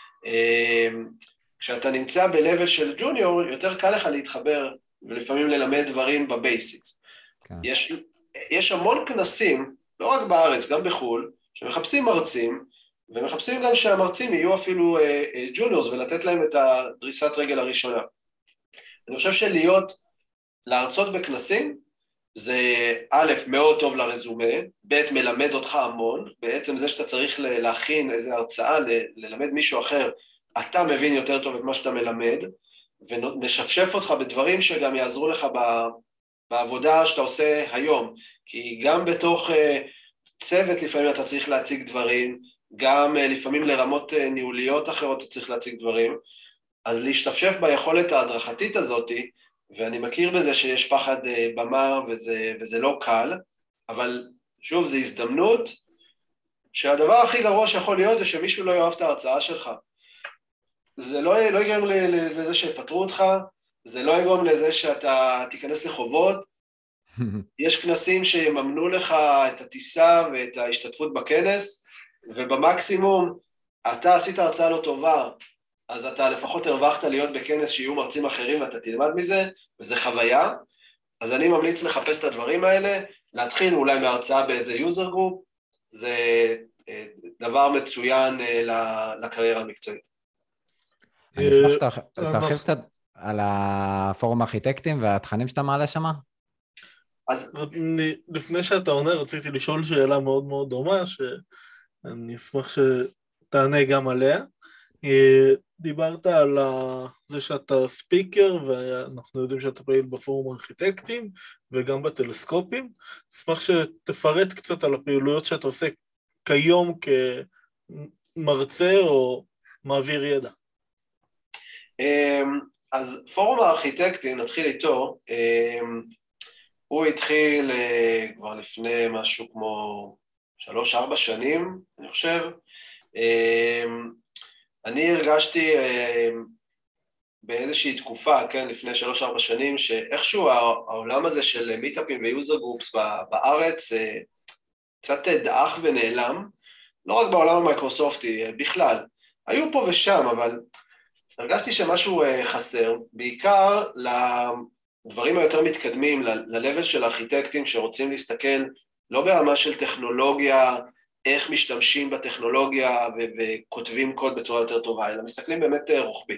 כשאתה נמצא בלבל של ג'וניור, יותר קל לך להתחבר ולפעמים ללמד דברים בבייסיקס. יש, יש המון כנסים, לא רק בארץ, גם בחול, שמחפשים מרצים, ומחפשים גם שהמרצים יהיו אפילו ג'וניורס, ולתת להם את הדריסת רגל הראשונה. אני חושב שלהיות, להרצות בכנסים, זה א', מאוד טוב לרזומה, ב', מלמד אותך המון, בעצם זה שאתה צריך להכין איזו הרצאה, ללמד מישהו אחר, אתה מבין יותר טוב את מה שאתה מלמד, ונשפשף אותך בדברים שגם יעזרו לך בעבודה שאתה עושה היום, כי גם בתוך צוות לפעמים אתה צריך להציג דברים, גם לפעמים לרמות ניהוליות אחרות אתה צריך להציג דברים, אז להשתפשף ביכולת ההדרכתית הזאת, ואני מכיר בזה שיש פחד במה וזה, וזה לא קל, אבל שוב, זו הזדמנות שהדבר הכי גרוע שיכול להיות זה שמישהו לא יאהב את ההרצאה שלך. זה לא, לא יגרום לזה שיפטרו אותך, זה לא יגרום לזה שאתה תיכנס לחובות, יש כנסים שיממנו לך את הטיסה ואת ההשתתפות בכנס, ובמקסימום אתה עשית הרצאה לא טובה, אז אתה לפחות הרווחת להיות בכנס שיהיו מרצים אחרים ואתה תלמד מזה, וזה חוויה, אז אני ממליץ לחפש את הדברים האלה, להתחיל אולי מהרצאה באיזה יוזר גרופ, זה דבר מצוין לקריירה המקצועית. אני אשמח שתרחיב קצת על הפורום הארכיטקטים והתכנים שאתה מעלה שמה. אז לפני שאתה עונה, רציתי לשאול שאלה מאוד מאוד דומה, שאני אשמח שתענה גם עליה. דיברת על זה שאתה ספיקר, ואנחנו יודעים שאתה פעיל בפורום הארכיטקטים, וגם בטלסקופים. אשמח שתפרט קצת על הפעילויות שאתה עושה כיום כמרצה או מעביר ידע. אז פורום הארכיטקטים, נתחיל איתו, הוא התחיל כבר לפני משהו כמו שלוש, ארבע שנים, אני חושב. אני הרגשתי באיזושהי תקופה, כן, לפני שלוש, ארבע שנים, שאיכשהו העולם הזה של מיטאפים ויוזר גרופס בארץ קצת דעך ונעלם, לא רק בעולם המייקרוסופטי, בכלל. היו פה ושם, אבל הרגשתי שמשהו חסר, בעיקר לדברים היותר מתקדמים, ל-level של הארכיטקטים שרוצים להסתכל לא ברמה של טכנולוגיה, איך משתמשים בטכנולוגיה ו- וכותבים קוד בצורה יותר טובה, אלא מסתכלים באמת רוחבי.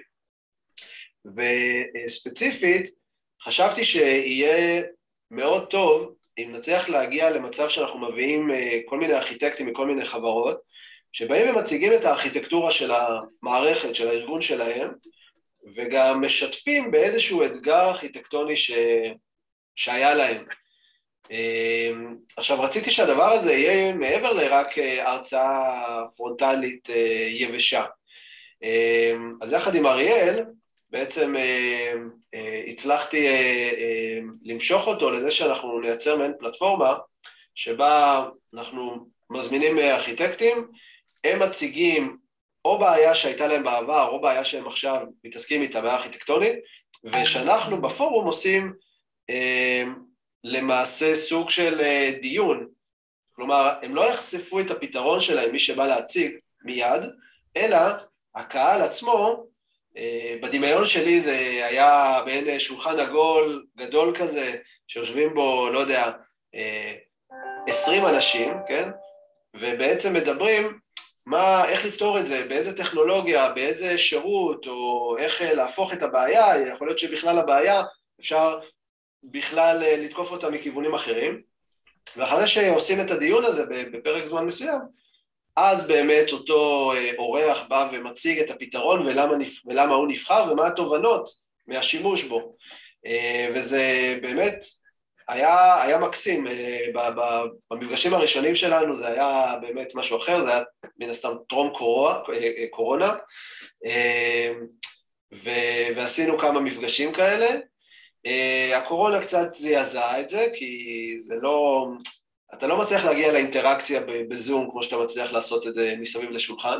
וספציפית, חשבתי שיהיה מאוד טוב אם נצליח להגיע למצב שאנחנו מביאים כל מיני ארכיטקטים מכל מיני חברות, שבאים ומציגים את הארכיטקטורה של המערכת, של הארגון שלהם, וגם משתפים באיזשהו אתגר ארכיטקטוני ש... שהיה להם. עכשיו, רציתי שהדבר הזה יהיה מעבר לרק הרצאה פרונטלית יבשה. אז יחד עם אריאל, בעצם הצלחתי למשוך אותו לזה שאנחנו נייצר מעין פלטפורמה, שבה אנחנו מזמינים ארכיטקטים, הם מציגים או בעיה שהייתה להם בעבר, או בעיה שהם עכשיו מתעסקים איתה, בעיה ארכיטקטונית, ושאנחנו בפורום עושים אה, למעשה סוג של אה, דיון. כלומר, הם לא יחשפו את הפתרון שלהם, מי שבא להציג מיד, אלא הקהל עצמו, אה, בדמיון שלי זה היה בין שולחן עגול גדול כזה, שיושבים בו, לא יודע, אה, עשרים אנשים, כן? ובעצם מדברים מה, איך לפתור את זה, באיזה טכנולוגיה, באיזה שירות, או איך להפוך את הבעיה, יכול להיות שבכלל הבעיה אפשר בכלל לתקוף אותה מכיוונים אחרים, ואחרי שעושים את הדיון הזה בפרק זמן מסוים, אז באמת אותו אורח בא ומציג את הפתרון ולמה, ולמה הוא נבחר ומה התובנות מהשימוש בו, וזה באמת היה, היה מקסים, במפגשים הראשונים שלנו זה היה באמת משהו אחר, זה היה מן הסתם טרום קורונה, ועשינו כמה מפגשים כאלה. הקורונה קצת זעזעה את זה, כי זה לא, אתה לא מצליח להגיע לאינטראקציה בזום, כמו שאתה מצליח לעשות את זה מסביב לשולחן,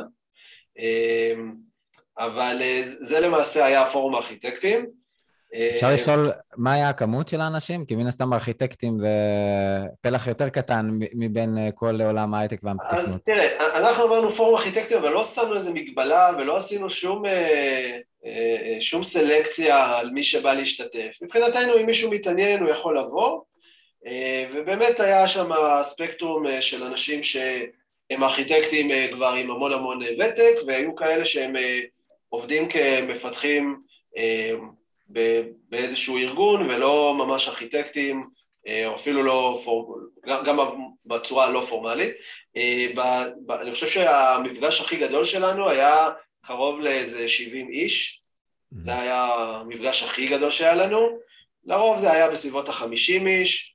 אבל זה למעשה היה הפורום הארכיטקטים. אפשר לשאול מה היה הכמות של האנשים? כי מן הסתם ארכיטקטים זה פלח יותר קטן מבין כל עולם ההייטק והתכנות. אז תראה, אנחנו אמרנו פורום ארכיטקטים, אבל לא שמנו איזו מגבלה ולא עשינו שום, שום סלקציה על מי שבא להשתתף. מבחינתנו, אם מישהו מתעניין, הוא יכול לבוא, ובאמת היה שם ספקטרום של אנשים שהם ארכיטקטים כבר עם המון המון ותק, והיו כאלה שהם עובדים כמפתחים באיזשהו ארגון, ולא ממש ארכיטקטים, או אפילו לא, גם בצורה הלא פורמלית. אני חושב שהמפגש הכי גדול שלנו היה קרוב לאיזה שבעים איש, זה היה המפגש הכי גדול שהיה לנו, לרוב זה היה בסביבות ה-חמישים איש,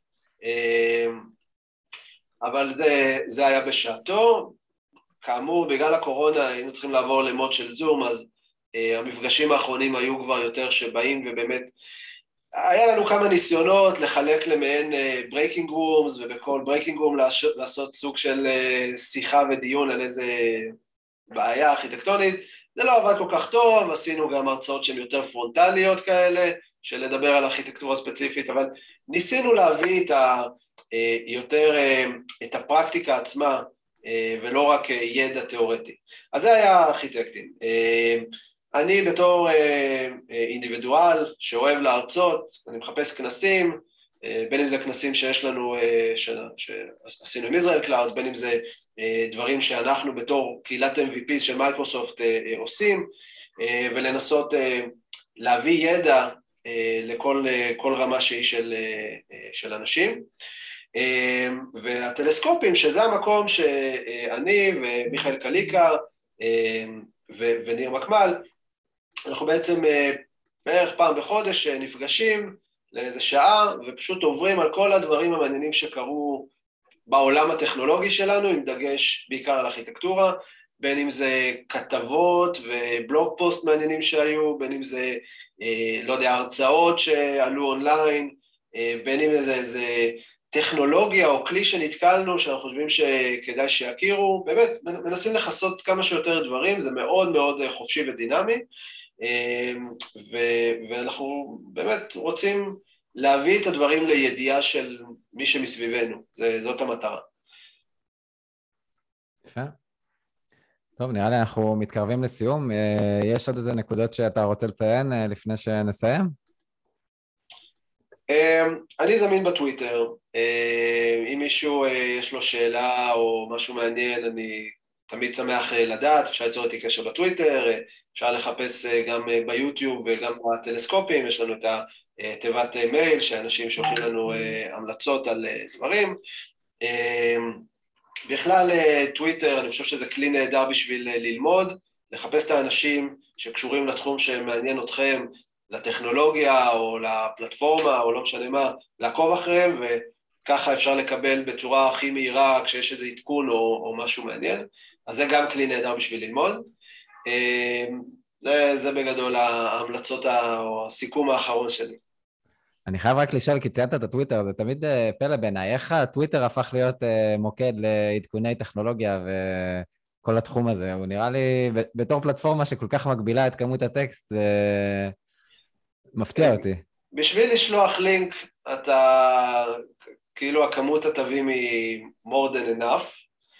אבל זה, זה היה בשעתו. כאמור, בגלל הקורונה היינו צריכים לעבור למוד של זום, אז המפגשים האחרונים היו כבר יותר שבאים, ובאמת היה לנו כמה ניסיונות לחלק למעין breaking rooms, ובכל breaking room לעשות סוג של שיחה ודיון על איזה בעיה ארכיטקטונית. זה לא עבד כל כך טוב, עשינו גם הרצאות שהן יותר פרונטליות כאלה, של לדבר על ארכיטקטורה ספציפית, אבל ניסינו להביא את ה, יותר, את הפרקטיקה עצמה ולא רק ידע תיאורטי. אז זה היה ארכיטקטים. אני בתור אינדיבידואל שאוהב להרצות, אני מחפש כנסים, בין אם זה כנסים שיש לנו, שעשינו עם ישראל קלאוד, בין אם זה דברים שאנחנו בתור קהילת אם וי פי של מייקרוסופט עושים, ולנסות להביא ידע לכל כל רמה שהיא של, של אנשים. והטלסקופים, שזה המקום שאני ומיכאל קליקה וניר מקמל, אנחנו בעצם בערך פעם בחודש נפגשים לאיזה שעה, ופשוט עוברים על כל הדברים המעניינים שקרו בעולם הטכנולוגי שלנו, עם דגש בעיקר על ארכיטקטורה, בין אם זה כתבות ובלוג פוסט מעניינים שהיו, בין אם זה, לא יודע, הרצאות שעלו אונליין, בין אם זה איזה טכנולוגיה או כלי שנתקלנו, שאנחנו חושבים שכדאי שיכירו, באמת מנסים לחסות כמה שיותר דברים, זה מאוד מאוד חופשי ודינמי, ואנחנו באמת רוצים להביא את הדברים לידיעה של מי שמסביבנו, זאת המטרה. יפה. טוב, נראה לי אנחנו מתקרבים לסיום. יש עוד איזה נקודות שאתה רוצה לציין לפני שנסיים? אני זמין בטוויטר. אם מישהו יש לו שאלה או משהו מעניין, אני תמיד שמח לדעת, אפשר ליצור איתי קשר בטוויטר, אפשר לחפש גם ביוטיוב וגם בטלסקופים, יש לנו את תיבת מייל שאנשים שולחים לנו המלצות על דברים. בכלל טוויטר, אני חושב שזה כלי נהדר בשביל ללמוד, לחפש את האנשים שקשורים לתחום שמעניין אתכם, לטכנולוגיה או לפלטפורמה או לא משנה מה, לעקוב אחריהם, וככה אפשר לקבל בצורה הכי מהירה כשיש איזה עדכון או, או משהו מעניין. אז זה גם כלי נהדר בשביל ללמוד. זה, זה בגדול ההמלצות או הסיכום האחרון שלי. אני חייב רק לשאול, כי ציינת את הטוויטר, זה תמיד פלא בעיניי, איך הטוויטר הפך להיות מוקד לעדכוני טכנולוגיה וכל התחום הזה? הוא נראה לי, בתור פלטפורמה שכל כך מגבילה את כמות הטקסט, זה מפתיע אותי. בשביל לשלוח לינק, אתה, כאילו הכמות התווים היא more than enough,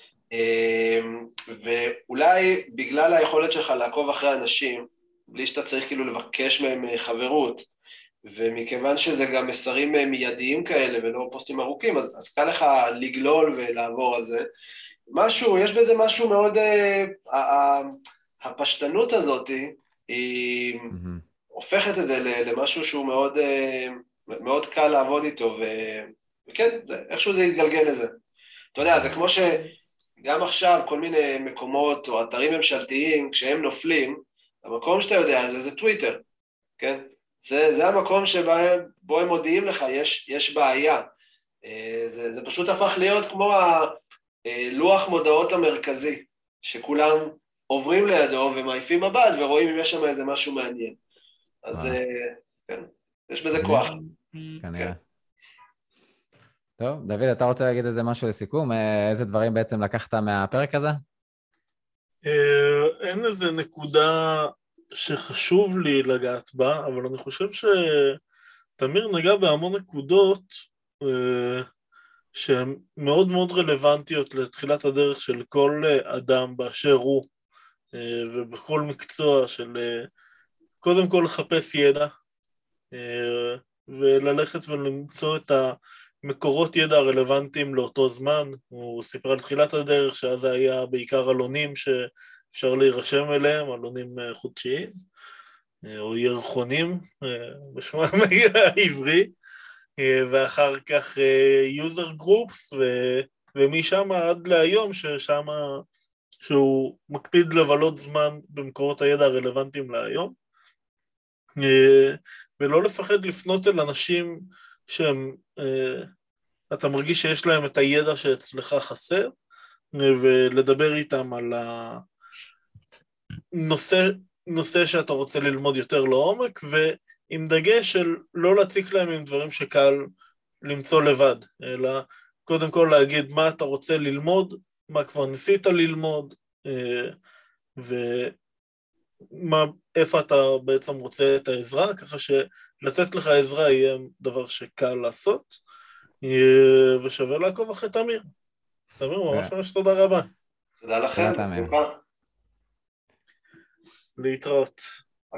ואולי בגלל היכולת שלך לעקוב אחרי אנשים, בלי שאתה צריך כאילו לבקש מהם חברות, ומכיוון שזה גם מסרים מיידיים כאלה ולא פוסטים ארוכים, אז, אז קל לך לגלול ולעבור על זה. משהו, יש בזה משהו מאוד, אה, הפשטנות הזאת היא mm-hmm. הופכת את זה למשהו שהוא מאוד, מאוד קל לעבוד איתו, וכן, איכשהו זה יתגלגל לזה. אתה יודע, זה כמו שגם עכשיו כל מיני מקומות או אתרים ממשלתיים, כשהם נופלים, המקום שאתה יודע על זה זה טוויטר, כן? זה, זה המקום שבו הם מודיעים לך, יש, יש בעיה. זה, זה פשוט הפך להיות כמו הלוח מודעות המרכזי, שכולם עוברים לידו ומעיפים מבט ורואים אם יש שם איזה משהו מעניין. אז כן, יש בזה כוח. כנראה. טוב, דוד, אתה רוצה להגיד איזה משהו לסיכום? איזה דברים בעצם לקחת מהפרק הזה? אין איזה נקודה שחשוב לי לגעת בה, אבל אני חושב שתמיר נגע בהמון נקודות שהן מאוד מאוד רלוונטיות לתחילת הדרך של כל אדם באשר הוא, ובכל מקצוע של קודם כל לחפש ידע, וללכת ולמצוא את המקורות ידע הרלוונטיים לאותו זמן. הוא סיפר על תחילת הדרך שאז היה בעיקר עלונים שאפשר להירשם אליהם, עלונים חודשיים, או ירחונים בשמם העברי, ואחר כך user groups, ומשם עד להיום ששם שהוא מקפיד לבלות זמן במקורות הידע הרלוונטיים להיום, ולא לפחד לפנות אל אנשים שהם, אתה מרגיש שיש להם את הידע שאצלך חסר, ולדבר איתם על הנושא נושא שאתה רוצה ללמוד יותר לעומק, ועם דגש של לא להציק להם עם דברים שקל למצוא לבד, אלא קודם כל להגיד מה אתה רוצה ללמוד, מה כבר ניסית ללמוד, ומה, איפה אתה בעצם רוצה את העזרה, ככה שלתת לך עזרה יהיה דבר שקל לעשות, ושווה לעקוב אחרי תמיר. תמיר, ממש ממש תודה רבה. תודה לכם, תודה, תמיר. בשמחה. להתראות.